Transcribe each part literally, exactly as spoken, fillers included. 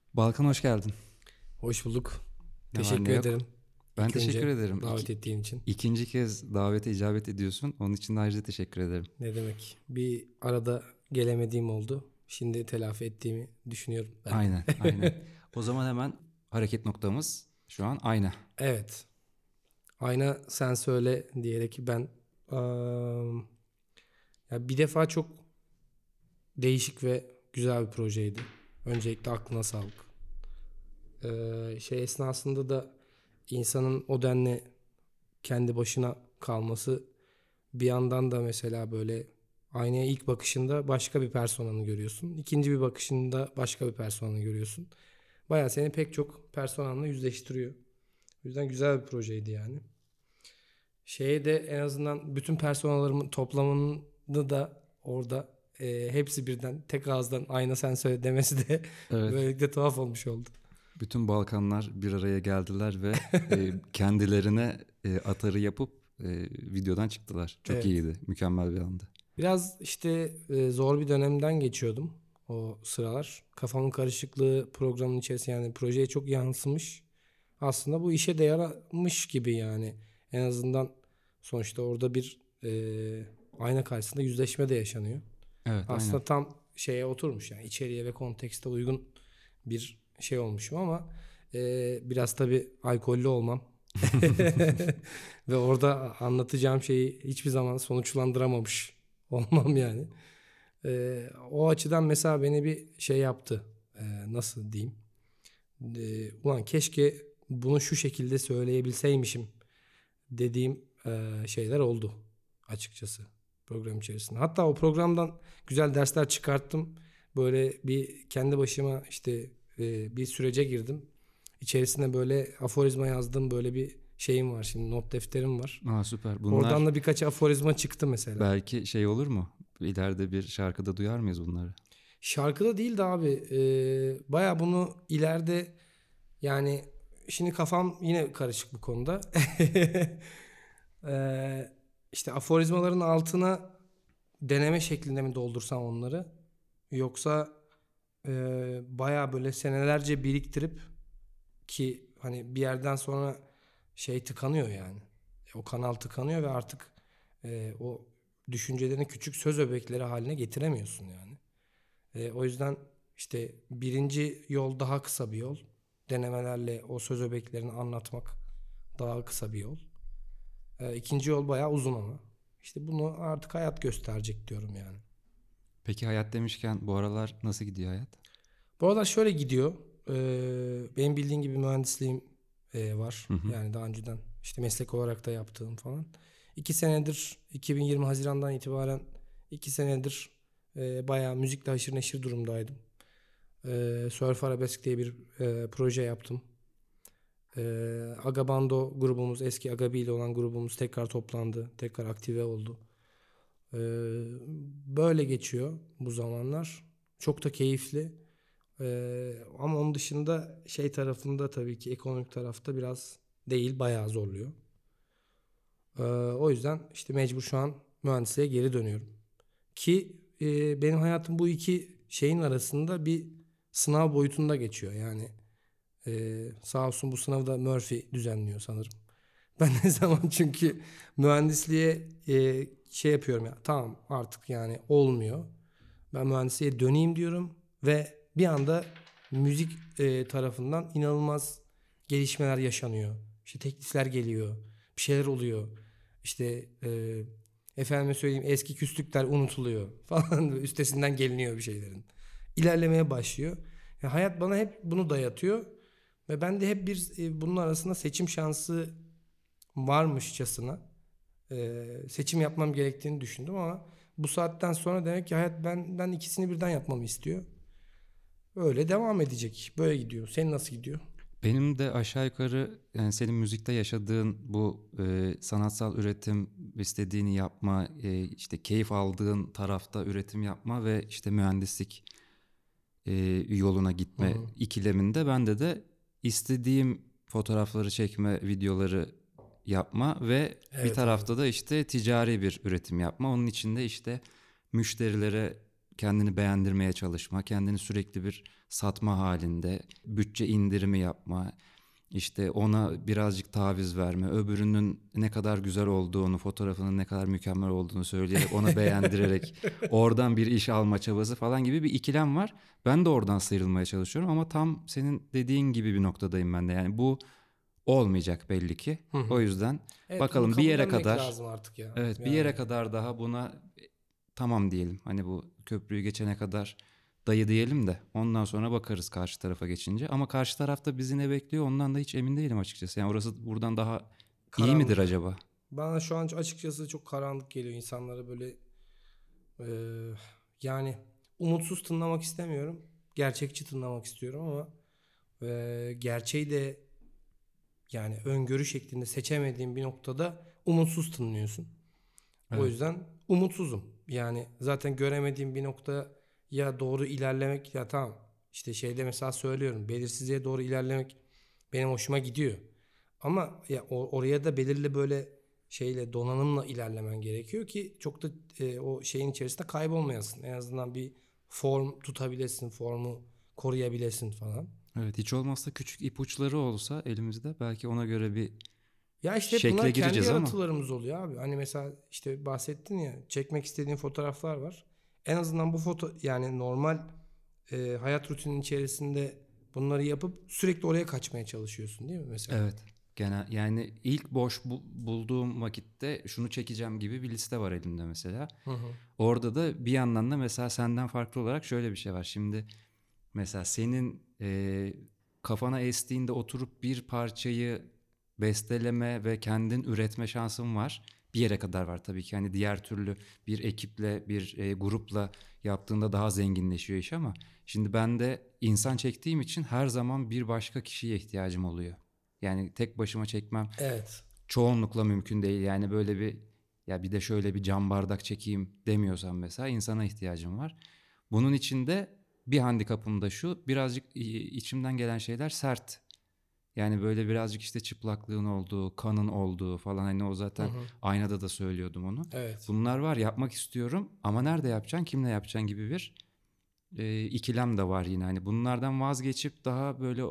Balkan hoş geldin. Hoş bulduk. Ne var ne Teşekkür yok. ederim. Ben İlk teşekkür önce ederim. davet İki, ettiğin için. ikinci kez davete icabet ediyorsun. Onun için de ayrıca teşekkür ederim. Ne demek? Bir arada gelemediğim oldu. Şimdi telafi ettiğimi düşünüyorum ben de. Aynen, aynen. O zaman hemen hareket noktamız şu an ayna. Evet. Ayna sen söyle diyerek ben am, ya bir defa çok değişik ve güzel bir projeydi. Öncelikle aklına sağlık. Ee, şey esnasında da insanın o denli kendi başına kalması bir yandan da mesela böyle aynaya ilk bakışında başka bir personanı görüyorsun. İkinci bir bakışında başka bir personanı görüyorsun. Bayağı seni pek çok personanla yüzleştiriyor. O yüzden güzel bir projeydi yani. Şeye de en azından bütün personalarımın toplamını da orada e, hepsi birden tek ağızdan ayna sen söyle demesi de Evet. böylelikle tuhaf olmuş oldu. Bütün Balkanlar bir araya geldiler ve e, kendilerine e, atarı yapıp e, videodan çıktılar. Çok Evet. iyiydi. Mükemmel bir andı. Biraz işte e, zor bir dönemden geçiyordum o sıralar. Kafamın karışıklığı programın içerisinde yani projeye çok yansımış. Aslında bu işe de yaramış gibi yani. En azından sonuçta orada bir e, ayna karşısında yüzleşme de yaşanıyor. Evet, aynen. Aslında tam şeye oturmuş yani içeriye ve kontekste uygun bir şey olmuşum ama e, biraz tabii alkollü olmam. Ve orada anlatacağım şeyi hiçbir zaman sonuçlandıramamış olmam yani. Ee, o açıdan mesela beni bir şey yaptı. Ee, nasıl diyeyim? Ee, ulan keşke bunu şu şekilde söyleyebilseymişim dediğim e, şeyler oldu açıkçası program içerisinde. Hatta o programdan güzel dersler çıkarttım. Böyle bir kendi başıma işte e, bir sürece girdim. İçerisinde böyle aforizma yazdım. Böyle bir şeyim var şimdi not defterim var. Aa, süper. Oradan Bunlar da birkaç aforizma çıktı mesela. belki şey olur mu? İleride bir şarkıda duyar mıyız bunları? Şarkıda değil de abi e, baya bunu ileride yani şimdi kafam yine karışık bu konuda. e, işte aforizmaların altına deneme şeklinde mi doldursam onları yoksa e, baya böyle senelerce biriktirip ki hani bir yerden sonra şey tıkanıyor yani. E, O kanal tıkanıyor ve artık e, o düşüncelerini küçük söz öbekleri haline getiremiyorsun yani. E, o yüzden işte birinci yol daha kısa bir yol. Denemelerle o söz öbeklerini anlatmak daha kısa bir yol. E, ikinci yol bayağı uzun ama. İşte bunu artık hayat gösterecek diyorum yani. Peki hayat demişken bu aralar nasıl gidiyor hayat? Bu aralar şöyle gidiyor. E, benim bildiğin gibi mühendisliğim e, var. Hı hı. Yani daha önceden işte meslek olarak da yaptığım falan. İki senedir iki bin yirmi Haziran'dan itibaren iki senedir e, bayağı müzikle haşır neşir durumdaydım. E, Surf Arabesk diye bir e, proje yaptım. E, Agabando grubumuz, eski Agabi ile olan grubumuz tekrar toplandı. Tekrar aktive oldu. E, Böyle geçiyor bu zamanlar. Çok da keyifli. E, ama onun dışında şey tarafında tabii ki ekonomik tarafta biraz değil, bayağı zorluyor. E, o yüzden işte mecbur şu an mühendisliğe geri dönüyorum. Ki e, benim hayatım bu iki şeyin arasında bir sınav boyutunda geçiyor. Yani Ee, sağ olsun bu sınavı da Murphy düzenliyor sanırım. Ben ne zaman çünkü mühendisliğe e, şey yapıyorum ya tamam artık yani olmuyor. Ben mühendisliğe döneyim diyorum ve bir anda müzik e, tarafından inanılmaz gelişmeler yaşanıyor. İşte teklifler geliyor. Bir şeyler oluyor. İşte e, efendime söyleyeyim eski küslükler unutuluyor falan üstesinden geliniyor bir şeylerin. İlerlemeye başlıyor. Ya hayat bana hep bunu dayatıyor. Ve ben de hep bir e, bunun arasında seçim şansı varmışçasına e, seçim yapmam gerektiğini düşündüm ama bu saatten sonra demek ki hayat benden ikisini birden yapmamı istiyor. Öyle devam edecek. Böyle gidiyor. Senin nasıl gidiyor? Benim de aşağı yukarı yani senin müzikte yaşadığın bu e, sanatsal üretim, istediğini yapma, e, işte keyif aldığın tarafta üretim yapma ve işte mühendislik e, yoluna Hı gitme hı. ikileminde bende de istediğim fotoğrafları çekme, videoları yapma ve bir Evet abi. tarafta da işte ticari bir üretim yapma. Onun içinde işte müşterilere kendini beğendirmeye çalışma, kendini sürekli bir satma halinde, bütçe indirimi yapma, işte ona birazcık taviz verme, öbürünün ne kadar güzel olduğunu, fotoğrafının ne kadar mükemmel olduğunu söyleyerek ona beğendirerek oradan bir iş alma çabası falan gibi bir ikilem var. Ben de oradan sıyrılmaya çalışıyorum ama tam senin dediğin gibi bir noktadayım ben de. Yani bu olmayacak belli ki. Hı hı. O yüzden Evet, bunu bakalım bir yere kabullenmek kadar, lazım artık ya. evet bir yere Yani kadar daha buna tamam diyelim. Hani bu köprüyü geçene kadar dayı diyelim de ondan sonra bakarız karşı tarafa geçince. Ama karşı tarafta bizi ne bekliyor ondan da hiç emin değilim açıkçası. Yani orası buradan daha iyi midir karanlık. acaba? Bana şu an açıkçası çok karanlık geliyor, insanlara böyle e, yani umutsuz tınlamak istemiyorum. Gerçekçi tınlamak istiyorum ama e, gerçeği de yani öngörü şeklinde seçemediğin bir noktada umutsuz tınlıyorsun. O Evet. yüzden umutsuzum. Yani zaten göremediğim bir noktaya doğru ilerlemek, ya tamam işte şeyde mesela söylüyorum, belirsizliğe doğru ilerlemek benim hoşuma gidiyor. Ama ya o- oraya da belirli böyle şeyle, donanımla ilerlemen gerekiyor ki çok da e, o şeyin içerisinde kaybolmayasın. En azından bir form tutabilesin, formu koruyabilesin falan. Evet, hiç olmazsa küçük ipuçları olsa elimizde belki ona göre bir Ya işte hep şekle bunlar kendi gireceğiz ama yaratılarımız oluyor abi. Hani mesela işte bahsettin ya, çekmek istediğin fotoğraflar var. En azından bu foto yani normal e, hayat rutinin içerisinde bunları yapıp sürekli oraya kaçmaya çalışıyorsun değil mi mesela? evet. Genel yani ilk boş bu- bulduğum vakitte şunu çekeceğim gibi bir liste var elimde mesela. Hı hı. Orada da bir yandan da mesela senden farklı olarak şöyle bir şey var. Şimdi mesela senin e, kafana estiğinde oturup bir parçayı besteleme ve kendin üretme şansın var. Bir yere kadar var tabii ki. Hani diğer türlü bir ekiple, bir e, grupla yaptığında daha zenginleşiyor iş ama şimdi ben de insan çektiğim için her zaman bir başka kişiye ihtiyacım oluyor. Yani tek başıma çekmem Evet. çoğunlukla mümkün değil. Yani böyle bir ya bir de şöyle bir cam bardak çekeyim demiyorsam mesela insana ihtiyacım var. Bunun içinde bir handikapım da şu, birazcık içimden gelen şeyler sert. Yani böyle birazcık işte çıplaklığın olduğu, kanın olduğu falan, hani o Hı zaten hı. aynada da söylüyordum onu. Evet. Bunlar var, yapmak istiyorum ama nerede yapacaksın, kimle yapacaksın gibi bir e, ikilem de var yine. Hani bunlardan vazgeçip daha böyle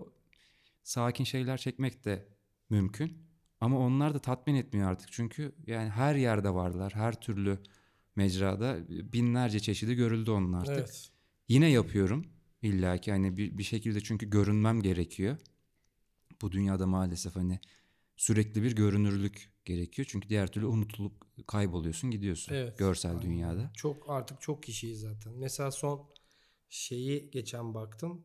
sakin şeyler çekmek de mümkün. Ama onlar da tatmin etmiyor artık. Çünkü yani her yerde varlar. Her türlü mecrada binlerce çeşidi görüldü onun artık. Evet. Yine yapıyorum. İlla ki hani bir, bir şekilde çünkü görünmem gerekiyor. Bu dünyada maalesef hani sürekli bir görünürlük gerekiyor. Çünkü diğer türlü unutulup kayboluyorsun, gidiyorsun Evet. görsel Aynen öyle. dünyada. Çok artık çok kişiyiz zaten. Mesela son şeyi geçen baktım.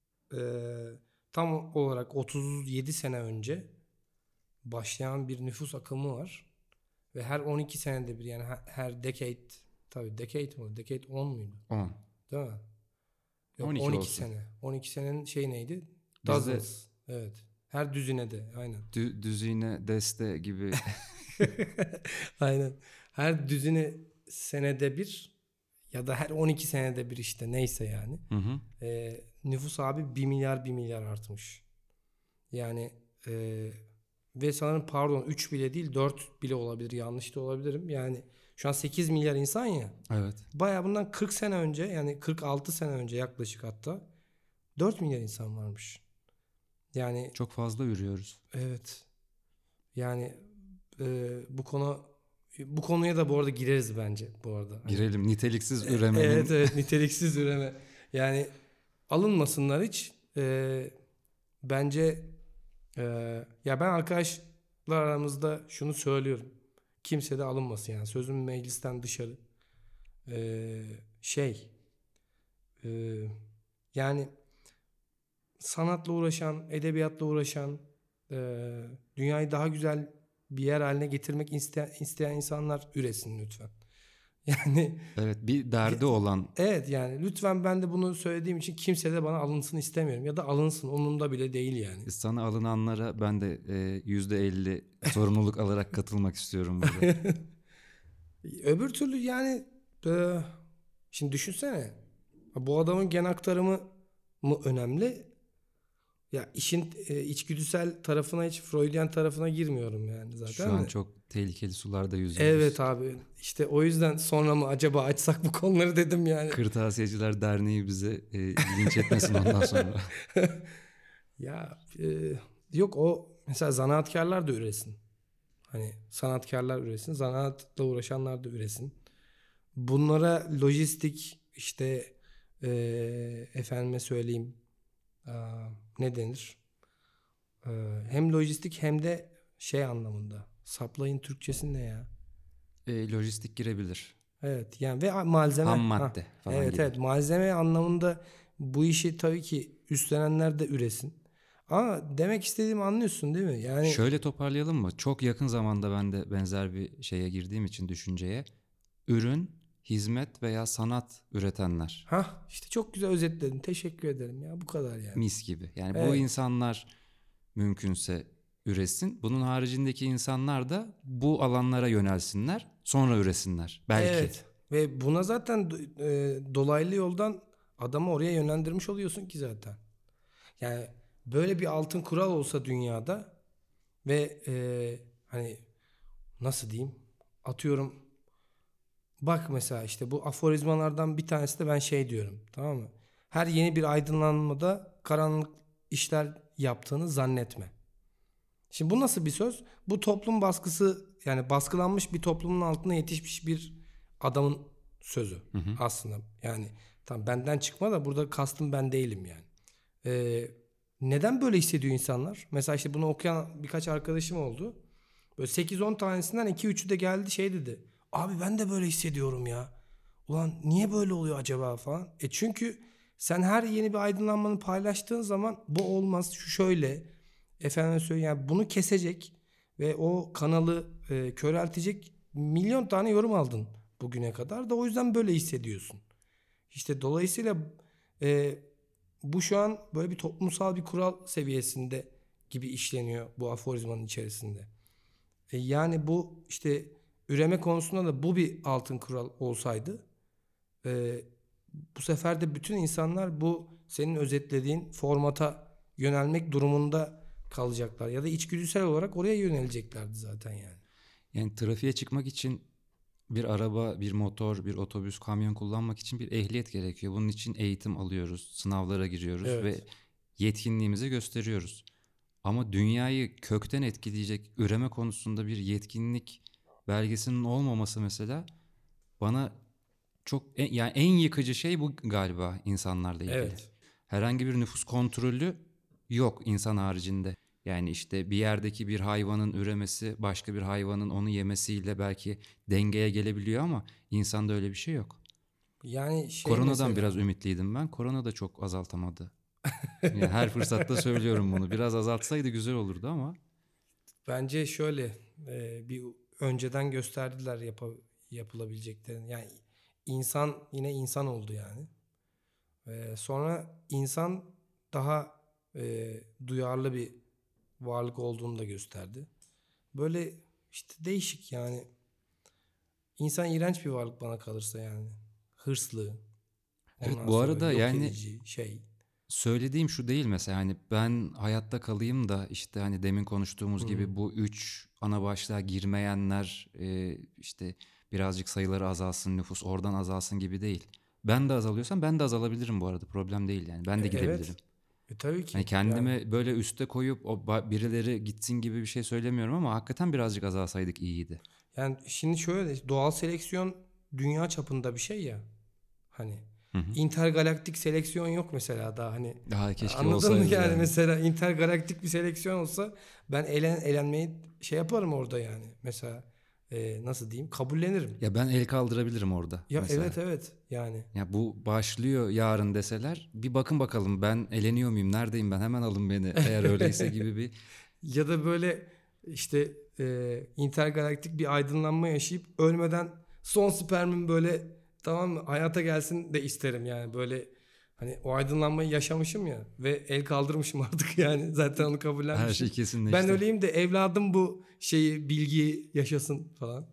Ee, tam olarak otuz yedi sene önce başlayan bir nüfus akımı var. Ve her on iki senede bir, yani her, her decade, tabii decade mi? Decade on muydu? on. Değil mi? Yok, on iki on iki olsun. sene. on iki senenin şey neydi? Bizde Dozens. Evet. Her düzinede aynen. dü, düzine, deste gibi. Aynen. Her düzine senede bir ya da her on iki senede bir, işte neyse yani. Hı hı. Ee, nüfus abi bir milyar bir milyar artmış. Yani e, ve sanırım pardon üç bile değil dört bile olabilir, yanlış da olabilirim. Yani şu an sekiz milyar insan ya. Evet. Baya bundan kırk sene önce, yani kırk altı sene önce yaklaşık, hatta dört milyar insan varmış. Yani Çok fazla yürüyoruz. evet, yani e, bu konu bu konuya da bu arada gireriz bence bu arada. Hani Girelim. Niteliksiz e, evet üremenin. evet, niteliksiz üreme. Yani alınmasınlar hiç. E, bence e, ya ben arkadaşlar aramızda şunu söylüyorum. Kimse de alınmasın yani. Sözüm meclisten dışarı. E, şey e, yani sanatla uğraşan, edebiyatla uğraşan, e, dünyayı daha güzel bir yer haline getirmek isteyen, isteyen insanlar üretsin lütfen. Yani Evet, bir derdi ge- olan. evet, yani lütfen, ben de bunu söylediğim için kimse de bana alınsın istemiyorum. Ya da alınsın, umurumda bile değil yani. Sana alınanlara ben de e, yüzde elli sorumluluk alarak katılmak istiyorum burada. Öbür türlü yani e, şimdi düşünsene. Bu adamın gen aktarımı mı önemli? Ya işin e, içgüdüsel tarafına, hiç Freudian tarafına girmiyorum yani zaten. Şu an de. çok tehlikeli sularda yüzüyoruz. Evet abi, işte o yüzden sonra mı acaba açsak bu konuları dedim yani. Kırtasiyeciler Derneği bize e, linç etmesin ondan sonra. Ya e, yok, o mesela zanaatkarlar da üresin. Hani sanatkarlar üresin, zanaatla uğraşanlar da üresin. Bunlara lojistik işte e, efendime söyleyeyim, aa, ne denir? E, hem lojistik hem de şey anlamında. Supply'ın Türkçesi ne ya? E, lojistik girebilir. Evet yani ve malzeme. Ham Ha, madde falan evet gibi. evet, malzeme anlamında bu işi tabii ki üstlenenler de üresin. Ama demek istediğimi anlıyorsun değil mi? Yani Şöyle toparlayalım mı? Çok yakın zamanda ben de benzer bir şeye girdiğim için düşünceye. Ürün, hizmet veya sanat üretenler. ha işte çok güzel özetledin. Teşekkür ederim ya, bu kadar yani. Mis gibi. Yani bu Evet. insanlar mümkünse üretsin. Bunun haricindeki insanlar da bu alanlara yönelsinler. Sonra üresinler. Belki. Evet. Ve buna zaten e, dolaylı yoldan adamı oraya yönlendirmiş oluyorsun ki zaten. Yani böyle bir altın kural olsa dünyada ve e, hani nasıl diyeyim? Atıyorum, bak mesela işte bu aforizmalardan bir tanesi de ben şey diyorum, tamam mı? Her yeni bir aydınlanmada karanlık işler yaptığını zannetme. Şimdi bu nasıl bir söz? Bu toplum baskısı, yani baskılanmış bir toplumun altına yetişmiş bir adamın sözü Hı hı. aslında. Yani tam benden çıkma da burada kastım ben değilim yani. Ee, neden böyle hissediyor insanlar? Mesela işte bunu okuyan birkaç arkadaşım oldu. Böyle sekiz on tanesinden iki üçü de geldi şey dedi. Abi ben de böyle hissediyorum ya. Ulan niye böyle oluyor acaba falan. E çünkü sen her yeni bir aydınlanmanı paylaştığın zaman bu olmaz, şu şöyle. Efendim söyleyeyim, yani bunu kesecek ve o kanalı e, köreltecek milyon tane yorum aldın bugüne kadar da o yüzden böyle hissediyorsun. İşte dolayısıyla e, bu şu an böyle bir toplumsal bir kural seviyesinde gibi işleniyor bu aforizmanın içerisinde. E, yani bu işte üreme konusunda da bu bir altın kural olsaydı e, bu sefer de bütün insanlar bu senin özetlediğin formata yönelmek durumunda kalacaklar. Ya da içgüdüsel olarak oraya yöneleceklerdi zaten yani. Yani trafiğe çıkmak için bir araba, bir motor, bir otobüs, kamyon kullanmak için bir ehliyet gerekiyor. Bunun için eğitim alıyoruz, sınavlara giriyoruz ve Evet. yetkinliğimizi gösteriyoruz. Ama dünyayı kökten etkileyecek üreme konusunda bir yetkinlik belgesinin olmaması mesela bana çok en, yani en yıkıcı şey bu galiba insanlarla ilgili. Evet. Herhangi bir nüfus kontrolü yok insan haricinde. Yani işte bir yerdeki bir hayvanın üremesi başka bir hayvanın onu yemesiyle belki dengeye gelebiliyor ama insanda öyle bir şey yok. Yani şey Koronadan mesela biraz ümitliydim ben. Korona da çok azaltamadı. Yani her fırsatta söylüyorum bunu. Biraz azaltsaydı güzel olurdu ama bence şöyle e, bir önceden gösterdiler yapa- yapılabileceklerini. Yani insan yine insan oldu yani. E, sonra insan daha e, duyarlı bir varlık olduğunu da gösterdi. Böyle işte değişik yani. İnsan iğrenç bir varlık bana kalırsa yani. Hırslı, evet ondan bu sonra arada yok yani edici şey. söylediğim şu değil mesela hani ben hayatta kalayım da işte hani demin konuştuğumuz Hmm. gibi bu üç ana başlığa girmeyenler e, işte birazcık sayıları azalsın nüfus oradan azalsın gibi değil. Ben de azalıyorsam ben de azalabilirim bu arada problem değil yani ben E, de gidebilirim. evet. E, tabii Hani ki yani. kendimi böyle üste koyup o ba- birileri gitsin gibi bir şey söylemiyorum ama hakikaten birazcık azalsaydık iyiydi. Yani şimdi şöyle, doğal seleksiyon dünya çapında bir şey ya. Hani Hı hı. intergalaktik seleksiyon yok mesela daha, hani Daha keşke anladın mı olsaydı yani? yani. Mesela intergalaktik bir seleksiyon olsa ben elen, elenmeyi şey yaparım orada yani. Mesela e, nasıl diyeyim, kabullenirim. Ya ben el kaldırabilirim orada Ya evet mesela. evet yani. Ya bu başlıyor yarın deseler bir bakın bakalım ben eleniyor muyum neredeyim ben hemen alın beni eğer öyleyse gibi bir Ya da böyle işte e, intergalaktik bir aydınlanma yaşayıp ölmeden son spermim böyle, tamam mı, hayata gelsin de isterim yani. Böyle hani o aydınlanmayı yaşamışım ya ve el kaldırmışım artık yani, zaten onu her şey kabullenmişim. Ben kesinleşti. öleyim de evladım bu şeyi, bilgiyi yaşasın falan.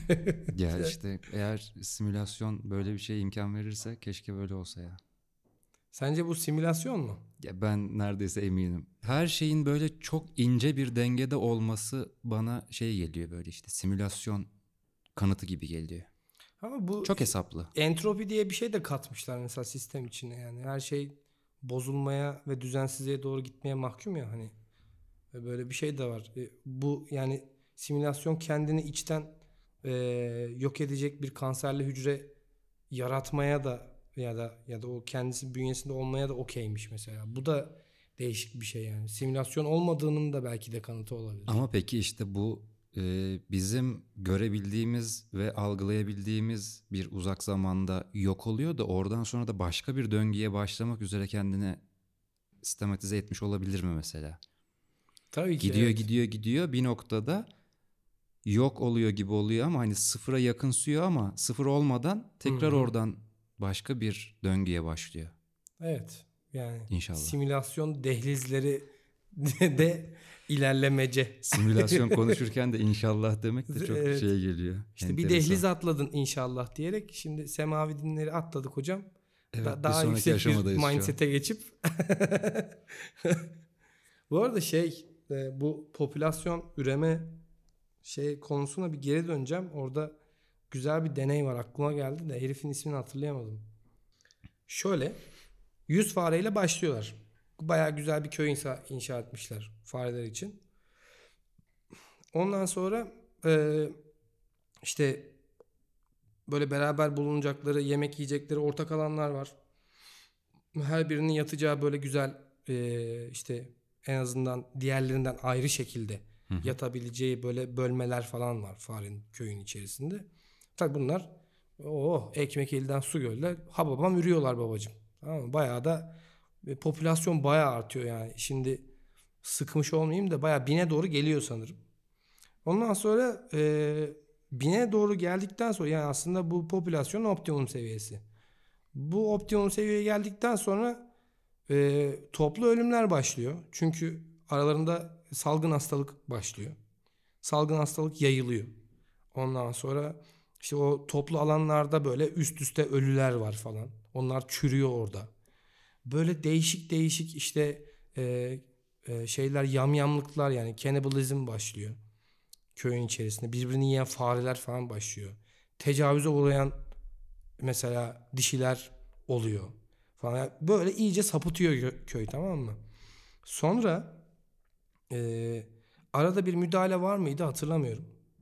Ya işte eğer simülasyon böyle bir şeye imkan verirse keşke böyle olsa ya. Sence bu simülasyon mu? Ya ben neredeyse eminim. her şeyin böyle çok ince bir dengede olması bana şey geliyor, böyle işte simülasyon kanıtı gibi geliyor. Ama bu Çok hesaplı. entropi diye bir şey de katmışlar mesela sistem içine yani. Her şey bozulmaya ve düzensizliğe doğru gitmeye mahkum ya hani. Ve böyle bir şey de var. E, bu yani simülasyon kendini içten e, yok edecek bir kanserli hücre yaratmaya da ya da ya da o kendisi bünyesinde olmaya da okeymiş mesela. Bu da değişik bir şey yani. Simülasyon olmadığının da belki de kanıtı olabilir. Ama peki işte bu e, bizim görebildiğimiz ve algılayabildiğimiz bir uzak zamanda yok oluyor da oradan sonra da başka bir döngüye başlamak üzere kendini sistematize etmiş olabilir mi mesela? Tabii ki Gidiyor evet. gidiyor gidiyor bir noktada yok oluyor gibi oluyor ama hani sıfıra yakınsıyor ama sıfır olmadan Hı tekrar hı. oradan başka bir döngüye başlıyor. Evet. Yani İnşallah. simülasyon dehlizleri de, de ilerlemece. Simülasyon konuşurken de inşallah demek de çok Evet. şey geliyor. İşte bir Enteresan. dehliz atladın inşallah diyerek şimdi semavi dinleri atladık hocam. Evet, Da- bir daha sonraki yüksek bir aşamadayız şu an. mindset'e geçip bu arada şey e, bu popülasyon üreme şey konusuna bir geri döneceğim. Orada güzel bir deney var aklıma geldi de herifin ismini hatırlayamadım. Şöyle yüz fareyle başlıyorlar. Bayağı güzel bir köy inşa, inşa etmişler fareler için. Ondan sonra e, işte böyle beraber bulunacakları, yemek yiyecekleri ortak alanlar var. Her birinin yatacağı böyle güzel e, işte en azından diğerlerinden ayrı şekilde Hı hı. yatabileceği böyle bölmeler falan var farenin köyün içerisinde. Tabii bunlar oh ekmek elden su gölde hababam ürüyorlar babacığım. Tamam mı? Bayağı da e, popülasyon bayağı artıyor yani. Şimdi sıkmış olmayayım da bayağı bine doğru geliyor sanırım. Ondan sonra e, bine doğru geldikten sonra yani aslında bu popülasyonun optimum seviyesi. Bu optimum seviyeye geldikten sonra e, toplu ölümler başlıyor. Çünkü aralarında salgın hastalık başlıyor. Salgın hastalık yayılıyor. Ondan sonra işte o toplu alanlarda böyle üst üste ölüler var falan. Onlar çürüyor orada. Böyle değişik değişik işte e, e, şeyler yamyamlıklar yani cannibalizm başlıyor köyün içerisinde. Birbirini yiyen fareler falan başlıyor. Tecavüze uğrayan mesela dişiler oluyor falan. Yani böyle iyice sapıtıyor kö- köy, tamam mı? Sonra e, arada bir müdahale var mıydı hatırlamıyorum.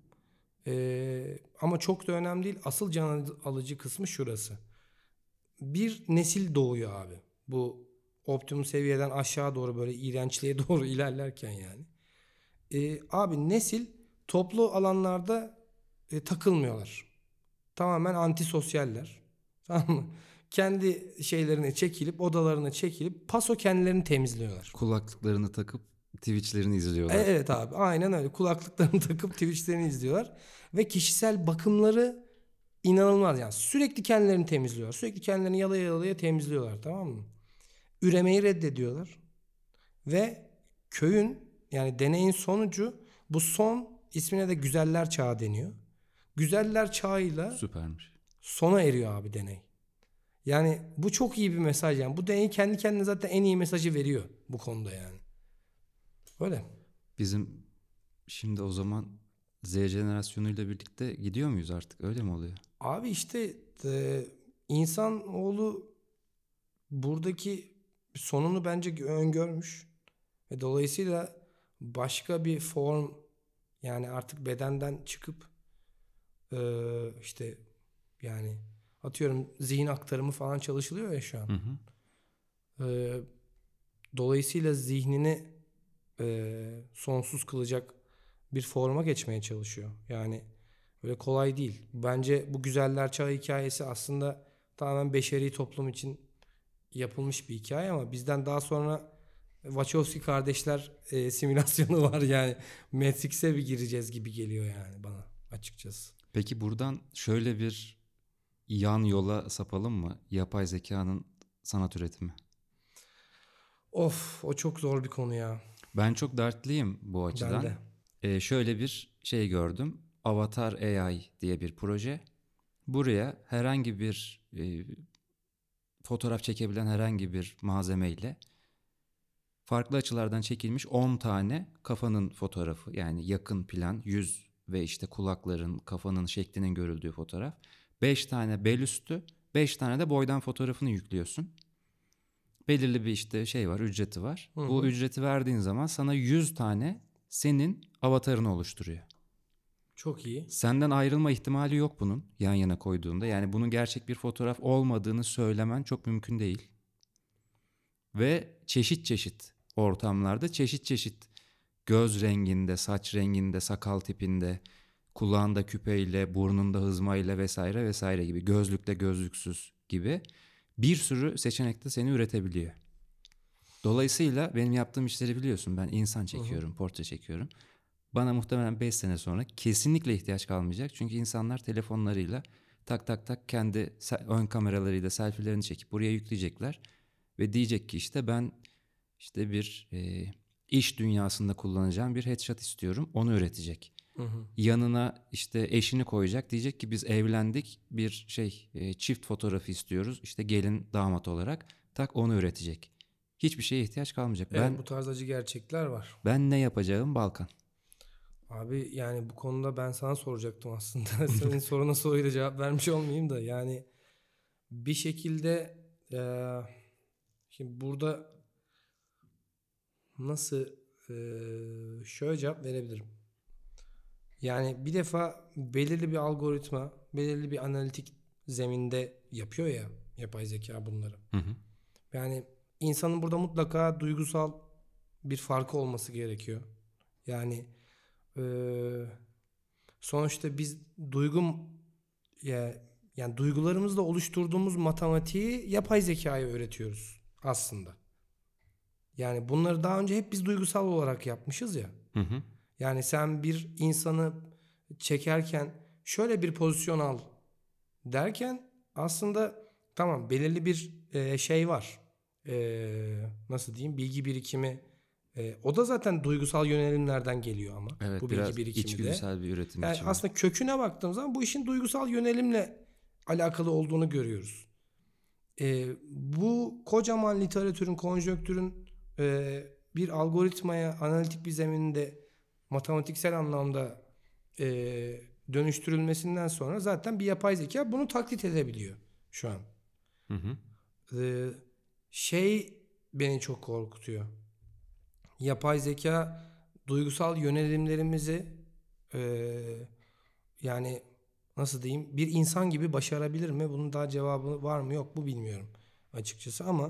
E, ama çok da önemli değil. Asıl can alıcı kısmı şurası. Bir nesil doğuyor abi. Bu optimum seviyeden aşağı doğru böyle iğrençliğe doğru ilerlerken yani. E, abi nesil toplu alanlarda e, takılmıyorlar. Tamamen antisosyaller. Tamam mı? Kendi şeylerine çekilip odalarına çekilip paso kendilerini temizliyorlar. Kulaklıklarını takıp Twitch'lerini E, izliyorlar. Evet abi aynen öyle. Kulaklıklarını takıp Twitch'lerini izliyorlar. Ve kişisel bakımları inanılmaz yani. Sürekli kendilerini temizliyorlar. Sürekli kendilerini yalaya yalaya temizliyorlar, tamam mı? Üremeyi reddediyorlar. Ve köyün yani deneyin sonucu bu son ismine de güzeller çağı deniyor. Güzeller çağıyla Süpermiş. sona eriyor abi deney. Yani bu çok iyi bir mesaj yani. Bu deney kendi kendine zaten en iyi mesajı veriyor bu konuda yani. Öyle. Bizim şimdi o zaman Z jenerasyonuyla birlikte gidiyor muyuz artık? Öyle mi oluyor? Abi işte e, insanoğlu buradaki sonunu bence öngörmüş. Ve dolayısıyla başka bir form yani artık bedenden çıkıp e, işte yani atıyorum zihin aktarımı falan çalışılıyor ya şu an. Hı hı. E, dolayısıyla zihnini e, sonsuz kılacak bir forma geçmeye çalışıyor. Yani öyle kolay değil. Bence bu Güzeller Çağı hikayesi aslında tamamen beşeri toplum için yapılmış bir hikaye ama bizden daha sonra Wachowski kardeşler e, simülasyonu var yani. Matrix'e bir gireceğiz gibi geliyor yani bana açıkçası. Peki buradan şöyle bir yan yola sapalım mı? Yapay zekanın sanat üretimi. Of o çok zor bir konu ya. Ben çok dertliyim bu Ben açıdan. de. Ee, şöyle bir şey gördüm. Avatar A I diye bir proje. Buraya herhangi bir e, fotoğraf çekebilen herhangi bir malzemeyle farklı açılardan çekilmiş on tane kafanın fotoğrafı. Yani yakın plan, yüz ve işte kulakların, kafanın şeklinin görüldüğü fotoğraf. beş tane bel üstü, beş tane de boydan fotoğrafını yüklüyorsun. Belirli bir işte şey var, ücreti var. Hı Bu hı. ücreti verdiğin zaman sana yüz tane senin avatarını oluşturuyor. Çok iyi. Senden ayrılma ihtimali yok bunun yan yana koyduğunda. Yani bunun gerçek bir fotoğraf olmadığını söylemen çok mümkün değil. Ve çeşit çeşit ortamlarda, çeşit çeşit göz renginde, saç renginde, sakal tipinde, kulağında küpeyle, burnunda hızmayla vesaire vesaire gibi, gözlükle gözlüksüz gibi bir sürü seçenekte seni üretebiliyor. Dolayısıyla benim yaptığım işleri biliyorsun. Ben insan çekiyorum, hı hı. portre çekiyorum. Bana muhtemelen beş sene sonra kesinlikle ihtiyaç kalmayacak. Çünkü insanlar telefonlarıyla tak tak tak kendi ön kameralarıyla selfielerini çekip buraya yükleyecekler. Ve diyecek ki işte ben işte bir e, iş dünyasında kullanacağım bir headshot istiyorum. Onu üretecek. Hı hı. Yanına işte eşini koyacak. Diyecek ki biz evlendik, bir şey e, çift fotoğrafı istiyoruz. İşte gelin damat olarak tak onu üretecek. Hiçbir şeye ihtiyaç kalmayacak. Evet, ben bu tarz acı gerçekler var. Ben ne yapacağım Balkan? Abi yani bu konuda ben sana soracaktım aslında. Senin soruna soruyla cevap vermiş olmayayım da yani bir şekilde eee, şimdi burada nasıl eee, şöyle cevap verebilirim. Yani bir defa belirli bir algoritma, belirli bir analitik zeminde yapıyor ya yapay zeka bunları. Hı hı. Yani insanın burada mutlaka duygusal bir farkı olması gerekiyor. Yani eee, sonuçta biz duygum ya yani duygularımızla oluşturduğumuz matematiği yapay zekaya öğretiyoruz aslında. Yani bunları daha önce hep biz duygusal olarak yapmışız ya. Hı hı. Yani sen bir insanı çekerken şöyle bir pozisyon al derken aslında tamam belirli bir e, şey var. E, nasıl diyeyim? Bilgi birikimi. E, o da zaten duygusal yönelimlerden geliyor ama Evet, bu bilgi biraz birikimi de. içgüdüsel bir üretim Yani biçimi. aslında köküne baktığımız zaman bu işin duygusal yönelimle alakalı olduğunu görüyoruz. E, bu kocaman literatürün, konjonktürün e, bir algoritmaya, analitik bir zeminde matematiksel anlamda e, dönüştürülmesinden sonra zaten bir yapay zeka bunu taklit edebiliyor şu an. Hı hı. E, şey beni çok korkutuyor. Yapay zeka duygusal yönelimlerimizi e, yani nasıl diyeyim bir insan gibi başarabilir mi? Bunun daha cevabı var mı yok mu bilmiyorum açıkçası ama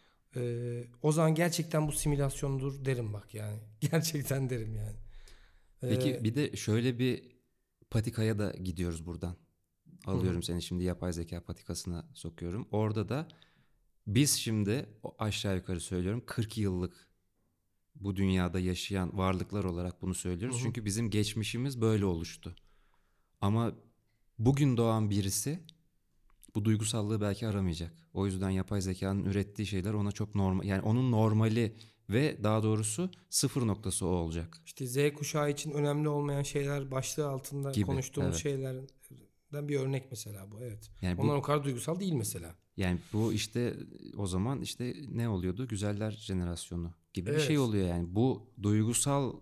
e, o zaman gerçekten bu simülasyondur derim bak yani. Gerçekten derim yani. Peki E, bir de şöyle bir patikaya da gidiyoruz buradan. hı hı, Alıyorum seni şimdi yapay zeka patikasına sokuyorum. Orada da biz şimdi o aşağı yukarı söylüyorum kırk yıllık bu dünyada yaşayan varlıklar olarak bunu hı söylüyoruz. hı. Çünkü bizim geçmişimiz böyle oluştu. Ama bugün doğan birisi bu duygusallığı belki aramayacak. O yüzden yapay zekanın ürettiği şeyler ona çok normal, yani onun normali ve daha doğrusu sıfır noktası o olacak İşte Z kuşağı için önemli olmayan şeyler başlığı altında gibi. konuştuğumuz Evet. şeylerden bir örnek mesela bu. Evet. Yani Onlar bu o kadar duygusal değil mesela. yani bu işte o zaman işte ne oluyordu? Güzeller jenerasyonu gibi bir şey Evet. oluyor yani. Bu duygusal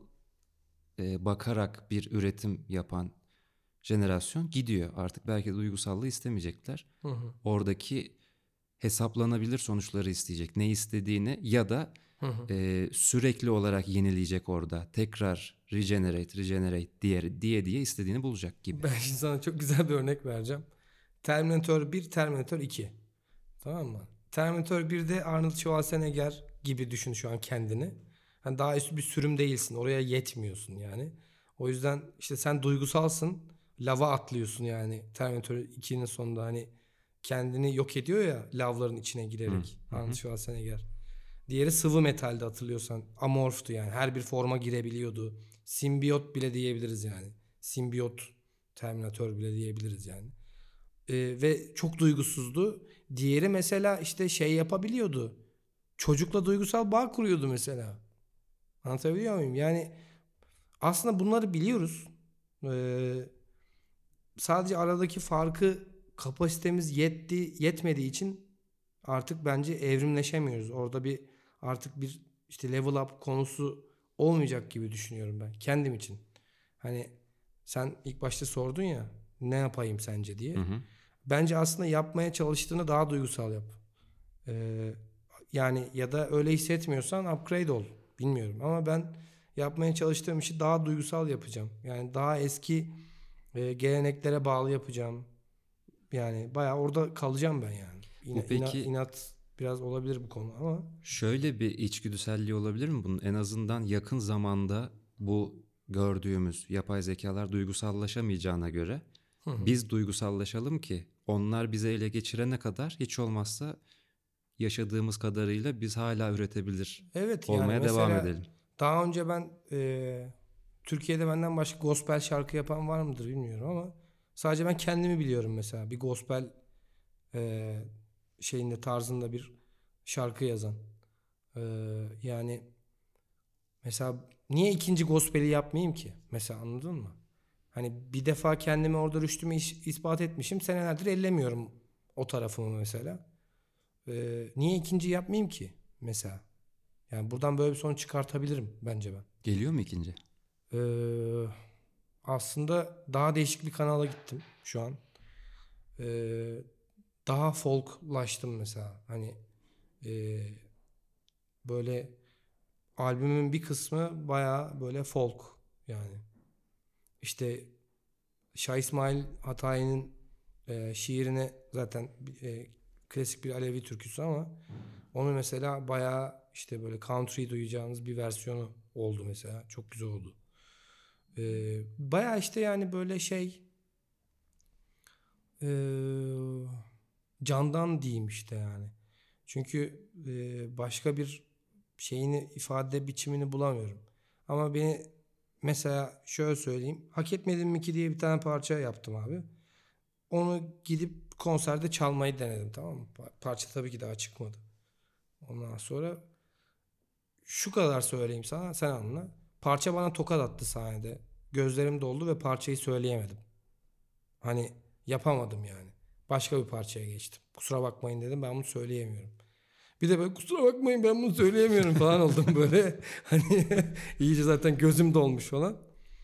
e, bakarak bir üretim yapan jenerasyon gidiyor. Artık belki de duygusallığı istemeyecekler. Hı hı. Oradaki hesaplanabilir sonuçları isteyecek. Ne istediğini ya da Hı hı. e, sürekli olarak yenileyecek orada. Tekrar regenerate, regenerate diye diye diye istediğini bulacak gibi. Ben şimdi sana çok güzel bir örnek vereceğim. Terminator bir, Terminator iki. Tamam mı? Terminator birde Arnold Schwarzenegger gibi düşün şu an kendini. Hani daha üst bir sürüm değilsin. Oraya yetmiyorsun yani. O yüzden işte sen duygusalsın. Lava atlıyorsun yani. Terminator ikinin sonunda hani kendini yok ediyor ya lavların içine Hı girerek hı. Arnold Hı. Schwarzenegger. Diğeri sıvı metalde hatırlıyorsan. Amorftu yani. Her bir forma girebiliyordu. Simbiyot bile diyebiliriz yani. Simbiyot Terminator bile diyebiliriz yani. Ee, ve çok duygusuzdu. Diğeri mesela işte şey yapabiliyordu. Çocukla duygusal bağ kuruyordu mesela. Anlatabiliyor muyum? Yani aslında bunları biliyoruz. Ee, sadece aradaki farkı kapasitemiz yetti, yetmediği için artık bence evrimleşemiyoruz. Orada bir artık bir işte level up konusu olmayacak gibi düşünüyorum ben kendim için. Hani sen ilk başta sordun ya ne yapayım sence diye. Hı hı. Bence aslında yapmaya çalıştığını daha duygusal yap. Ee, yani ya da öyle hissetmiyorsan upgrade ol. Bilmiyorum ama ben yapmaya çalıştığım işi daha duygusal yapacağım. Yani daha eski e, geleneklere bağlı yapacağım. Yani bayağı orada kalacağım ben yani. İna, Bu ina- peki inat biraz olabilir bu konu ama. şöyle bir içgüdüselliği olabilir mi bunun? En azından yakın zamanda bu gördüğümüz yapay zekalar duygusallaşamayacağına göre Hı hı. biz duygusallaşalım ki onlar bizi ele geçirene kadar hiç olmazsa yaşadığımız kadarıyla biz hala üretebilir Evet yani olmaya devam mesela edelim. daha önce ben e, Türkiye'de benden başka gospel şarkı yapan var mıdır bilmiyorum ama sadece ben kendimi biliyorum mesela bir gospel e, şeyinde tarzında bir şarkı yazan. E, yani mesela niye ikinci gospel'i yapmayayım ki? Mesela anladın mı? Hani bir defa kendimi orada rüştümü iş- ispat etmişim. Senelerdir ellemiyorum o tarafımı mesela. E, niye ikinci yapmayayım ki mesela? Yani buradan böyle bir sonuç çıkartabilirim bence ben. Geliyor mu ikinci? Ee, aslında daha değişik bir kanala gittim şu an. Ee, daha folklaştım mesela. Hani ee, böyle albümün bir kısmı baya böyle folk yani. İşte Şah İsmail Hatayi'nin e, şiirine zaten e, klasik bir Alevi türküsü ama onu mesela baya işte böyle country duyacağınız bir versiyonu oldu mesela. Çok güzel oldu. Ee, baya işte yani böyle şey ee, candan diyeyim işte yani. Çünkü ee, başka bir şeyini ifade biçimini bulamıyorum. Ama beni mesela şöyle söyleyeyim. Hak etmedim mi ki diye bir tane parça yaptım abi. Onu gidip konserde çalmayı denedim, tamam mı? Pa- Parça tabii ki daha çıkmadı. Ondan sonra şu kadar söyleyeyim sana, sen anla. Parça bana tokat attı sahnede. Gözlerim doldu ve parçayı söyleyemedim. Hani yapamadım yani. Başka bir parçaya geçtim. Kusura bakmayın dedim, ben bunu söyleyemiyorum. Bir de böyle kusura bakmayın ben bunu söyleyemiyorum falan oldum böyle. Hani iyice zaten gözüm dolmuş falan.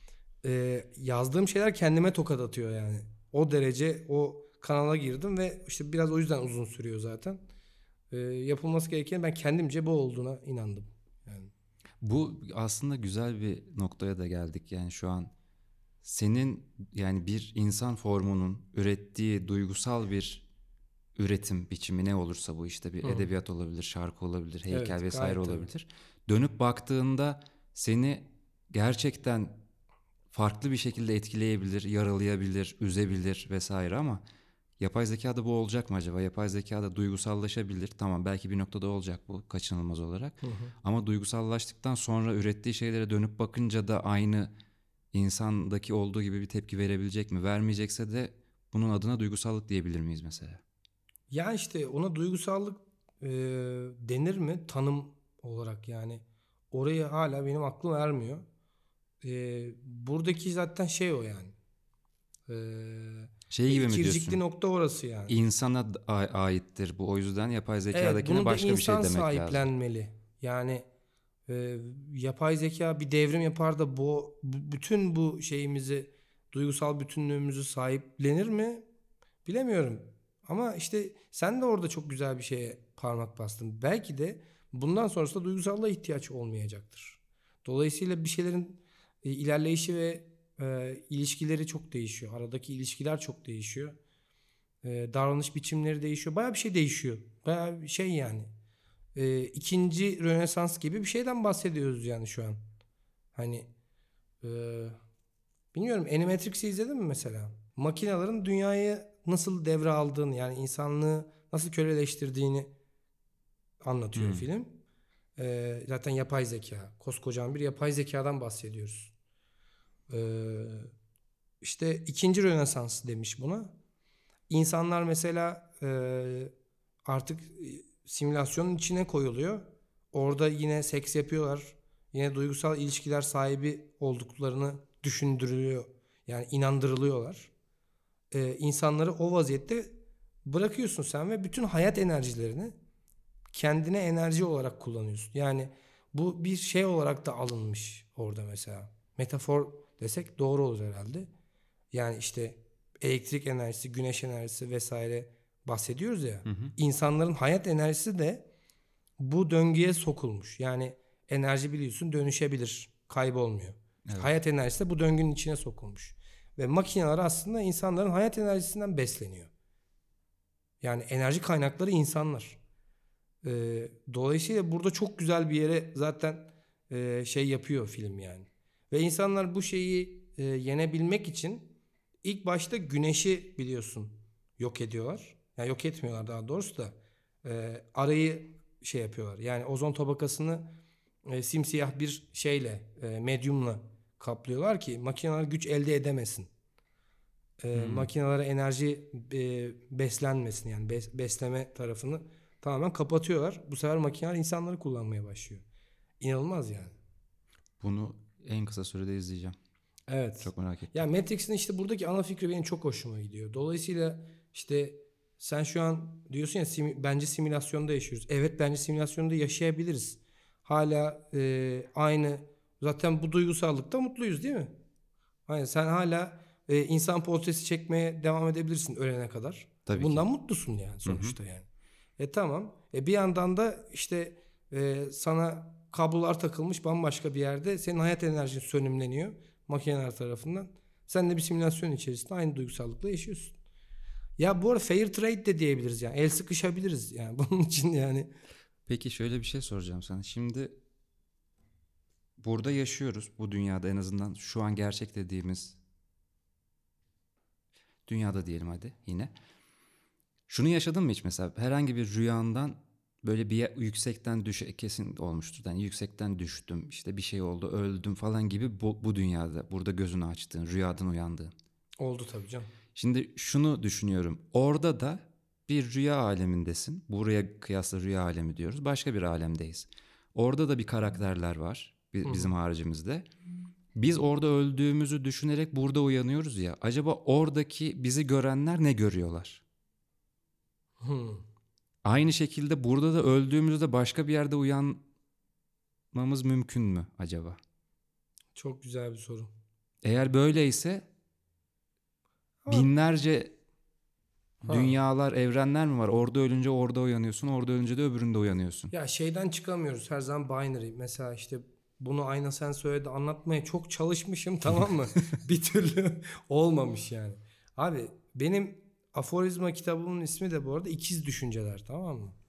Ee, yazdığım şeyler kendime tokat atıyor yani. O derece o kanala girdim ve işte biraz o yüzden uzun sürüyor zaten. Ee, yapılması gereken ben kendimce bu olduğuna inandım. Yani. Bu aslında güzel bir noktaya da geldik yani şu an. Senin yani bir insan formunun ürettiği duygusal bir üretim biçimi ne olursa bu işte bir Hı. edebiyat olabilir, şarkı olabilir, heykel Evet, vesaire gayet tabii. olabilir. Dönüp baktığında seni gerçekten farklı bir şekilde etkileyebilir, yaralayabilir, üzebilir vesaire ama yapay zekada bu olacak mı acaba? Yapay zekada duygusallaşabilir. Tamam belki bir noktada olacak bu kaçınılmaz olarak. Hı hı. Ama duygusallaştıktan sonra ürettiği şeylere dönüp bakınca da aynı insandaki olduğu gibi bir tepki verebilecek mi? Vermeyecekse de bunun adına duygusallık diyebilir miyiz mesela? Ya işte ona duygusallık e, denir mi tanım olarak yani. Oraya hala benim aklım ermiyor. E, buradaki zaten şey o yani. E, Şey ve gibi mi ikircikli diyorsun? nokta orası yani. İnsana a- aittir bu. O yüzden yapay Evet, zekadakine bunu da başka bir insan şey demek lazım. sahiplenmeli. Yani e, yapay zeka bir devrim yapar da bu, bu bütün bu şeyimizi, duygusal bütünlüğümüzü sahiplenir mi? Bilemiyorum. Ama işte sen de orada çok güzel bir şeye parmak bastın. Belki de bundan sonrasında duygusallığa ihtiyaç olmayacaktır. Dolayısıyla bir şeylerin e, ilerleyişi ve e, ilişkileri çok değişiyor. Aradaki ilişkiler çok değişiyor. E, davranış biçimleri değişiyor. Bayağı bir şey değişiyor. Bayağı bir şey yani. E, ikinci Rönesans gibi bir şeyden bahsediyoruz yani şu an. Hani e, bilmiyorum, Animatrix'i izledin mi mesela? Makinelerin dünyayı nasıl devre aldığını, yani insanlığı nasıl köleleştirdiğini anlatıyor Hmm. film. Ee, zaten yapay zeka. Koskocaman bir yapay zekadan bahsediyoruz. Ee, işte ikinci Rönesans demiş buna. İnsanlar mesela e, artık simülasyonun içine koyuluyor. Orada yine seks yapıyorlar. Yine duygusal ilişkiler sahibi olduklarını düşündürülüyor. Yani inandırılıyorlar. Ee, insanları o vaziyette bırakıyorsun sen ve bütün hayat enerjilerini kendine enerji olarak kullanıyorsun. Yani Bu bir şey olarak da alınmış orada mesela. Metafor desek doğru olur herhalde. Yani işte elektrik enerjisi, güneş enerjisi vesaire bahsediyoruz ya. Hı hı. İnsanların hayat enerjisi de bu döngüye sokulmuş. Yani enerji biliyorsun dönüşebilir, kaybolmuyor. İşte Evet. hayat enerjisi de bu döngünün içine sokulmuş. Ve makineler aslında insanların hayat enerjisinden besleniyor. Yani enerji kaynakları insanlar. Ee, dolayısıyla burada çok güzel bir yere zaten e, şey yapıyor film yani. Ve insanlar bu şeyi e, yenebilmek için ilk başta güneşi biliyorsun yok ediyorlar. Yani yok etmiyorlar daha doğrusu da e, arayı şey yapıyorlar. Yani ozon tabakasını e, simsiyah bir şeyle, e, medyumla kaplıyorlar ki makineler güç elde edemesin. E, Hmm. makinelere enerji e, beslenmesin yani bes- besleme tarafını tamamen kapatıyorlar. Bu sefer makineler insanları kullanmaya başlıyor. İnanılmaz yani. Bunu en kısa sürede izleyeceğim. Evet. Çok merak Ya ettim. Matrix'in işte buradaki ana fikri benim çok hoşuma gidiyor. Dolayısıyla işte sen şu an diyorsun ya simi- bence simülasyonda yaşıyoruz. Evet bence simülasyonda yaşayabiliriz. Hala e, aynı zaten bu duygusallıkta mutluyuz değil mi? Aynen sen hala e, insan portresi çekmeye devam edebilirsin ölene kadar. E, Tabii ki. bundan mutlusun yani Hı hı. sonuçta yani. E tamam. E bir yandan da işte e, sana kablolar takılmış bambaşka bir yerde senin hayat enerjin sönümleniyor makineler tarafından. Sen de bir simülasyon içerisinde aynı duygusallıkla yaşıyorsun. Ya bu arada fair trade de diyebiliriz yani. El sıkışabiliriz yani bunun için yani. Peki şöyle bir şey soracağım sana. Şimdi burada yaşıyoruz. Bu dünyada en azından şu an gerçek dediğimiz dünyada diyelim hadi yine. Şunu yaşadın mı hiç mesela? Herhangi bir rüyandan böyle bir ye- yüksekten düşe kesin olmuştur. Yani yüksekten düştüm, işte bir şey oldu, öldüm falan gibi bu, bu dünyada, burada gözünü açtığın, rüyadan uyandığın. Oldu tabii canım. Şimdi şunu düşünüyorum. Orada da bir rüya alemindesin. Buraya kıyasla rüya alemi diyoruz. Başka bir alemdeyiz. Orada da bir karakterler var Hı bi- hı. bizim haricimizde. Biz orada öldüğümüzü düşünerek burada uyanıyoruz ya. Acaba oradaki bizi görenler ne görüyorlar? Hı. Aynı şekilde burada da öldüğümüzde başka bir yerde uyanmamız mümkün mü acaba? Çok güzel bir soru. Eğer böyleyse Ama binlerce ha. dünyalar, evrenler mi var? Orada ölünce orada uyanıyorsun, orada ölünce de öbüründe uyanıyorsun. Ya şeyden çıkamıyoruz her zaman binary. Mesela işte bunu aynen sen söyledi anlatmaya çok çalışmışım tamam mı? Bir türlü olmamış yani. Abi benim aforizma kitabımın ismi de bu arada İkiz Düşünceler tamam mı?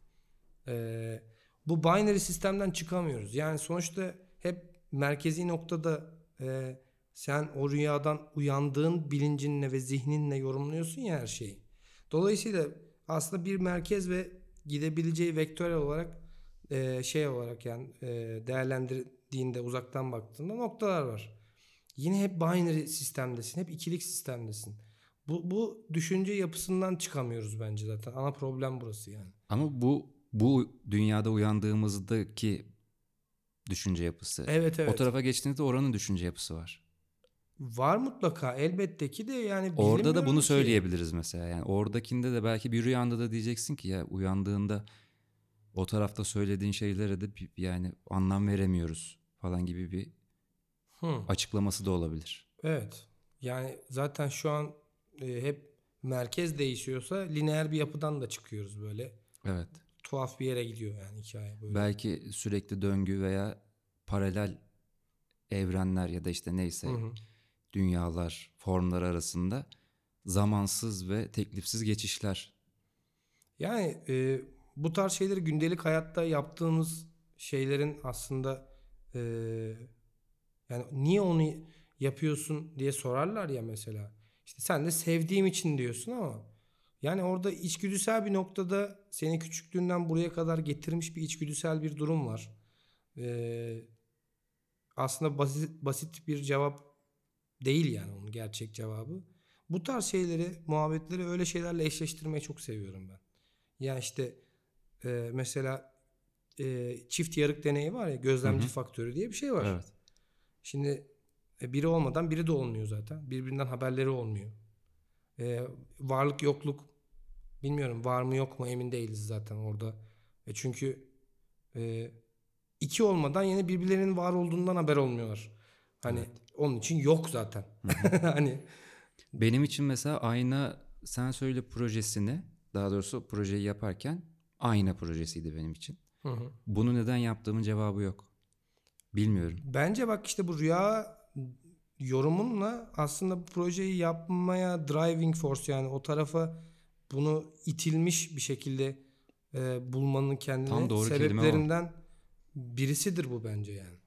Ee, bu binary sistemden çıkamıyoruz. Yani sonuçta hep merkezi noktada e, sen o rüyadan uyandığın bilincinle ve zihninle yorumluyorsun ya her şeyi. Dolayısıyla aslında bir merkez ve gidebileceği vektörel olarak e, şey olarak yani e, değerlendirdiğinde uzaktan baktığında noktalar var. Yine hep binary sistemdesin. Hep ikilik sistemdesin. Bu, bu düşünce yapısından çıkamıyoruz bence zaten. Ana problem burası yani. Ama bu bu dünyada uyandığımızdaki düşünce yapısı. Evet O evet. tarafa geçtiğinizde oranın düşünce yapısı var. Var mutlaka elbette ki de yani Orada da bunu bilemiyorum ki. söyleyebiliriz mesela. Yani oradakinde de belki bir rüyanda da diyeceksin ki ya uyandığında o tarafta söylediğin şeylere de bir- yani anlam veremiyoruz falan gibi bir Hı, açıklaması da olabilir. evet. Yani zaten şu an e, hep merkez değişiyorsa lineer bir yapıdan da çıkıyoruz böyle. Evet. Tuhaf bir yere gidiyor yani hikaye böyle. Belki sürekli döngü veya paralel evrenler ya da işte Hı neyse hı. dünyalar, formlar arasında zamansız ve teklifsiz geçişler. Yani e, bu tarz şeyleri gündelik hayatta yaptığımız şeylerin aslında e, yani niye onu yapıyorsun diye sorarlar ya mesela. İşte sen de sevdiğim için diyorsun ama yani orada içgüdüsel bir noktada seni küçüklüğünden buraya kadar getirmiş bir içgüdüsel bir durum var. Ee, aslında basit, basit bir cevap değil yani onun gerçek cevabı. Bu tarz şeyleri, muhabbetleri öyle şeylerle eşleştirmeyi çok seviyorum ben. Yani işte e, mesela e, çift yarık deneyi var ya Hı gözlemci hı. faktörü diye bir şey var. Evet. Şimdi e, biri olmadan biri de olmuyor zaten. Birbirinden haberleri olmuyor. E, varlık yokluk bilmiyorum var mı yok mu emin değiliz zaten orada. E çünkü e, iki olmadan yine birbirlerinin var olduğundan haber olmuyorlar. Hani Evet. onun için yok zaten. Hani Benim için mesela ayna sen söyle projesini, daha doğrusu projeyi yaparken ayna projesiydi benim için. hı hı. Bunu neden yaptığımın cevabı yok. Bilmiyorum. Bence bak işte bu rüya yorumunla aslında bu projeyi yapmaya driving force, yani o tarafa bunu itilmiş bir şekilde e, bulmanın Tam kendine doğru kelime o. sebeplerinden birisidir bu bence yani.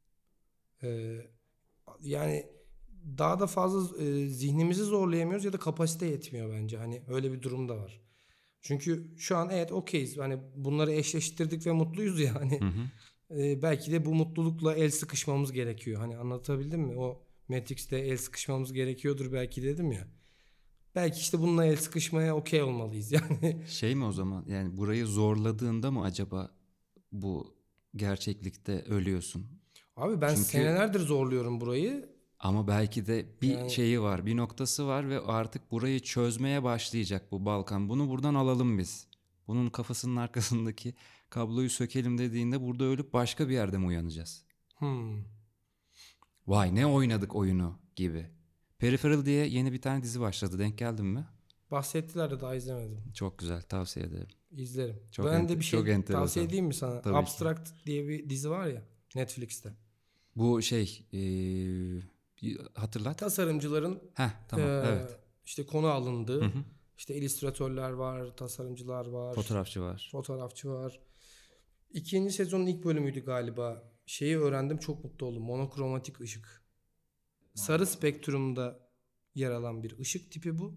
E, Yani daha da fazla e, zihnimizi zorlayamıyoruz ya da kapasite yetmiyor bence. Hani öyle bir durum da var. Çünkü şu an evet okeyiz. Hani bunları eşleştirdik ve mutluyuz ya. Hani Hı hı. e, belki de bu mutlulukla el sıkışmamız gerekiyor. Hani anlatabildim mi? O Matrix'te el sıkışmamız gerekiyordur belki dedim ya. Belki işte bununla el sıkışmaya okey olmalıyız yani. Şey mi o zaman, yani burayı zorladığında mı acaba bu gerçeklikte ölüyorsun? Abi ben Çünkü senelerdir zorluyorum burayı. ama belki de bir Yani şeyi var, bir noktası var ve artık burayı çözmeye başlayacak bu Balkan. Bunu buradan alalım biz. Bunun kafasının arkasındaki kabloyu sökelim dediğinde burada ölüp başka bir yerde mi uyanacağız? hmm. Vay ne oynadık oyunu gibi. Peripheral diye yeni bir tane dizi başladı. Denk geldin mi? Bahsettiler de daha izlemedim. Çok güzel, tavsiye ederim. İzlerim. Çok Ben de ente- bir çok şey tavsiye enteresan. edeyim mi sana? Tabii ki. Abstract diye bir dizi var ya Netflix'te. Bu şey eee, bir hatırlat. Tasarımcıların Heh, tamam, eee, evet. işte konu Hı alındığı, hı. işte illüstratörler var, tasarımcılar var, Fotoğrafçı var. fotoğrafçı var. İkinci sezonun ilk bölümüydü galiba. Şeyi öğrendim, çok mutlu oldum. Monokromatik ışık. Sarı spektrumda yer alan bir ışık tipi bu.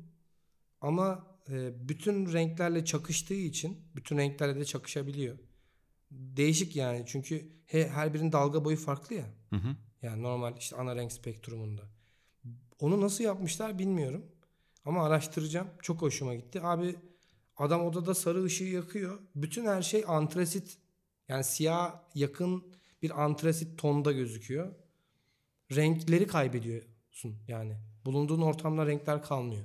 Ama e, bütün renklerle çakıştığı için bütün renklerle de çakışabiliyor. Değişik yani, çünkü he, her birinin dalga boyu farklı ya. Hı hı. Yani normal işte ana renk spektrumunda. Onu nasıl yapmışlar bilmiyorum. Ama araştıracağım. Çok hoşuma gitti. Abi adam odada sarı ışığı yakıyor. Bütün her şey antrasit. Yani siyah yakın bir antrasit tonda gözüküyor. Renkleri kaybediyorsun yani. Bulunduğun ortamda renkler kalmıyor.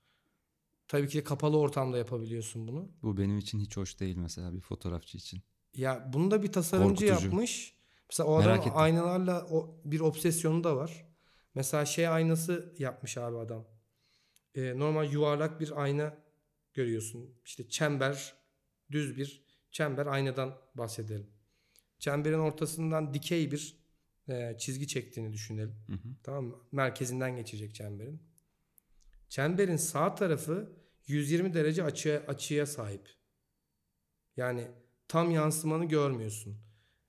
Tabii ki de kapalı ortamda yapabiliyorsun bunu. Bu benim için hiç hoş değil mesela bir fotoğrafçı için. Ya bunu da bir tasarımcı Korkutucu. yapmış. Mesela o adam Merak ettim. aynalarla o bir obsesyonu da var. Mesela şey aynası yapmış abi adam. Ee, normal yuvarlak bir ayna görüyorsun. İşte çember, düz bir çember aynadan bahsedelim. Çemberin ortasından dikey bir e, çizgi çektiğini düşünelim. Hı hı. Tamam mı? Merkezinden geçecek çemberin. Çemberin sağ tarafı yüz yirmi derece açıya, açıya sahip. Yani tam yansımanı görmüyorsun.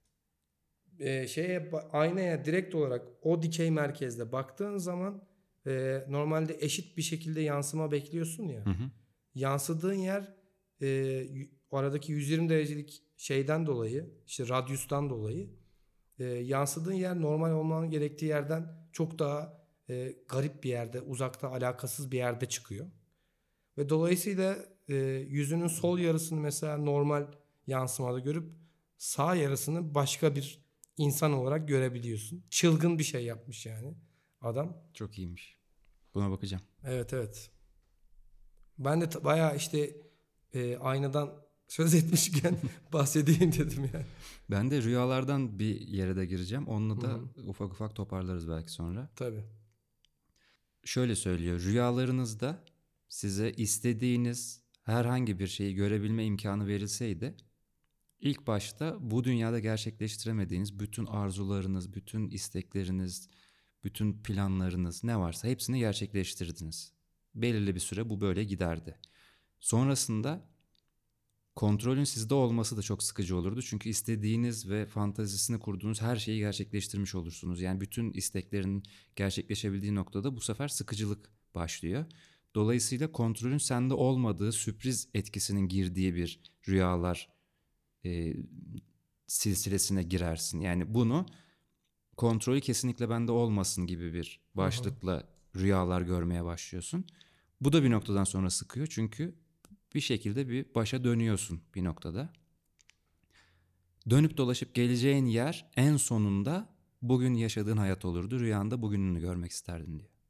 Ee, şeye aynaya direkt olarak o dikey merkezde baktığın zaman e, normalde eşit bir şekilde yansıma bekliyorsun ya. Hı hı. Yansıdığın yer e, y- aradaki yüz yirmi derecelik şeyden dolayı, işte radyustan dolayı e, yansıdığın yer normal olmanın gerektiği yerden çok daha e, garip bir yerde, uzakta, alakasız bir yerde çıkıyor. Ve dolayısıyla e, yüzünün sol yarısını mesela normal yansımada görüp sağ yarısını başka bir insan olarak görebiliyorsun. Çılgın bir şey yapmış yani adam. Çok iyiymiş. Buna bakacağım. Evet, evet. Ben de ta- bayağı işte e, aynadan söz etmişken bahsedeyim dedim yani. Ben de rüyalardan bir yere de gireceğim. Onunla Hı da hı, ufak ufak toparlarız belki sonra. tabii. Şöyle söylüyor. Rüyalarınızda size istediğiniz herhangi bir şeyi görebilme imkanı verilseydi, İlk başta bu dünyada gerçekleştiremediğiniz bütün arzularınız, bütün istekleriniz, bütün planlarınız ne varsa hepsini gerçekleştirdiniz. Belirli bir süre bu böyle giderdi. Sonrasında kontrolün sizde olması da çok sıkıcı olurdu. Çünkü istediğiniz ve fantazisini kurduğunuz her şeyi gerçekleştirmiş olursunuz. Yani bütün isteklerin gerçekleşebildiği noktada bu sefer sıkıcılık başlıyor. Dolayısıyla kontrolün sende olmadığı, sürpriz etkisinin girdiği bir rüyalar e, silsilesine girersin. Yani bunu kontrolü kesinlikle bende olmasın gibi bir Hı hı. başlıkla rüyalar görmeye başlıyorsun. Bu da bir noktadan sonra sıkıyor çünkü bir şekilde bir başa dönüyorsun bir noktada. Dönüp dolaşıp geleceğin yer en sonunda bugün yaşadığın hayat olurdu. Rüyanda bugününü görmek isterdin diye.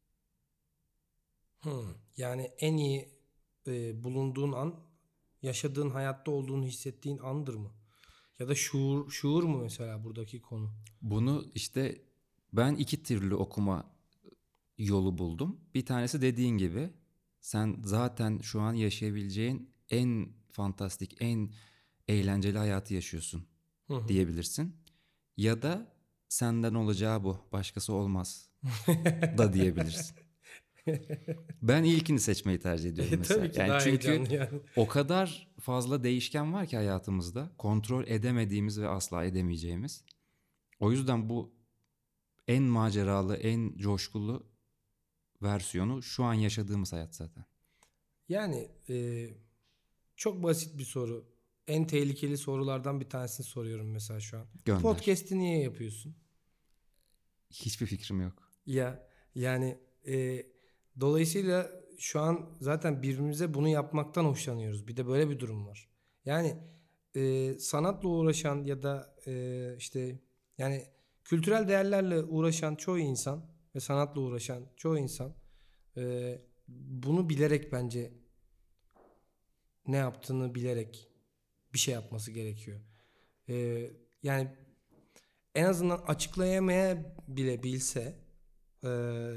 Hı. Yani en iyi e, bulunduğun an yaşadığın, hayatta olduğunu hissettiğin andır mı? Ya da şuur, şuur mu mesela buradaki konu? Bunu işte ben iki türlü okuma yolu buldum. Bir tanesi dediğin gibi sen zaten şu an yaşayabileceğin en fantastik, en eğlenceli hayatı yaşıyorsun Hı hı. diyebilirsin. Ya da senden olacağı bu, başkası olmaz da diyebilirsin. Ben ilkini seçmeyi tercih ediyorum E, mesela. tabii ki Yani daha çünkü heyecanlı yani. o kadar fazla değişken var ki hayatımızda, kontrol edemediğimiz ve asla edemeyeceğimiz. O yüzden bu en maceralı, en coşkulu versiyonu şu an yaşadığımız hayat zaten. Yani e, çok basit bir soru. En tehlikeli sorulardan bir tanesini soruyorum mesela şu an. Bu Gönder. podcast'i niye yapıyorsun? Hiçbir fikrim yok. Ya yani e, dolayısıyla şu an zaten birbirimize bunu yapmaktan hoşlanıyoruz. Bir de böyle bir durum var. Yani e, sanatla uğraşan ya da e, işte yani kültürel değerlerle uğraşan çoğu insan ve sanatla uğraşan çoğu insan e, bunu bilerek bence ne yaptığını bilerek bir şey yapması gerekiyor. E, yani en azından açıklayamaya bile bilse e,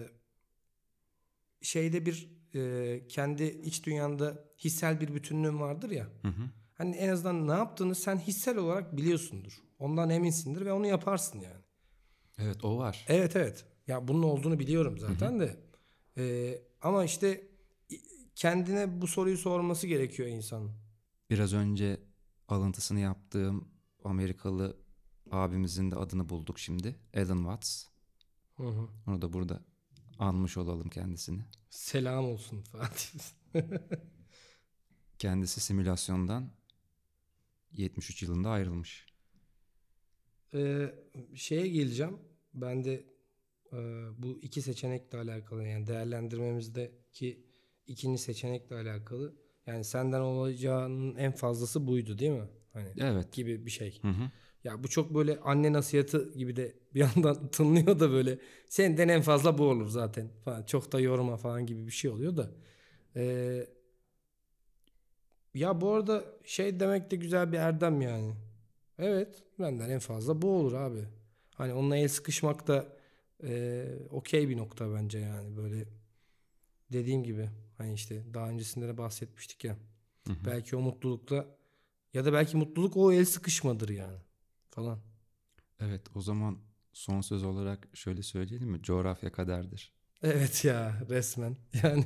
şeyde bir e, kendi iç dünyanda hissel bir bütünlüğün vardır ya. Hı hı. Hani en azından ne yaptığını sen hissel olarak biliyorsundur. Ondan eminsindir ve onu yaparsın yani. Evet, o var. Evet evet. Ya bunun olduğunu biliyorum Hı hı. zaten de. E, ama işte kendine bu soruyu sorması gerekiyor insanın. Biraz önce alıntısını yaptığım Amerikalı abimizin de adını bulduk şimdi. Alan Watts. Hı hı. Onu da burada anmış olalım kendisini. Selam olsun Fatih. Kendisi simülasyondan yetmiş üç yılında ayrılmış. Ee, şeye geleceğim. Ben de e, bu iki seçenekle alakalı yani değerlendirmemizdeki ikinci seçenekle alakalı. Yani senden olacağının en fazlası buydu değil mi? Hani Evet. gibi bir şey. Hı hı. Ya bu çok böyle anne nasihatı gibi de bir yandan tınlıyor da böyle. Senden en fazla bu olur zaten falan. Çok da yorma falan gibi bir şey oluyor da. Ee, ya bu arada şey demek de güzel bir erdem yani. Evet, benden en fazla bu olur abi. Hani onunla el sıkışmak da e, okey bir nokta bence yani böyle dediğim gibi hani işte daha öncesinde de bahsetmiştik ya. Hı hı. Belki o mutlulukla ya da belki mutluluk o el sıkışmadır yani falan. Evet, o zaman son söz olarak şöyle söyleyelim mi? Coğrafya kaderdir. Evet ya resmen yani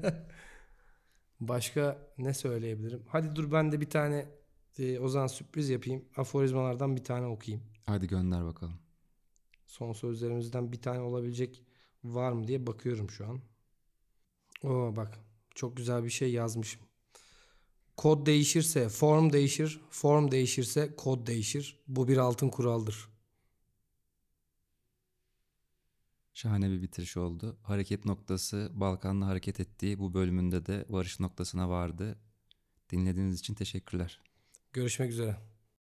başka ne söyleyebilirim? Hadi dur ben de bir tane e, o zaman sürpriz yapayım. Aforizmalardan bir tane okuyayım. Hadi gönder bakalım. Son sözlerimizden bir tane olabilecek var mı diye bakıyorum şu an. Oo bak çok güzel bir şey yazmışım. Kod değişirse form değişir, form değişirse kod değişir. Bu bir altın kuraldır. Şahane bir bitiriş oldu. Hareket noktası Balkan'la hareket ettiği bu bölümünde de varış noktasına vardı. Dinlediğiniz için teşekkürler. Görüşmek üzere.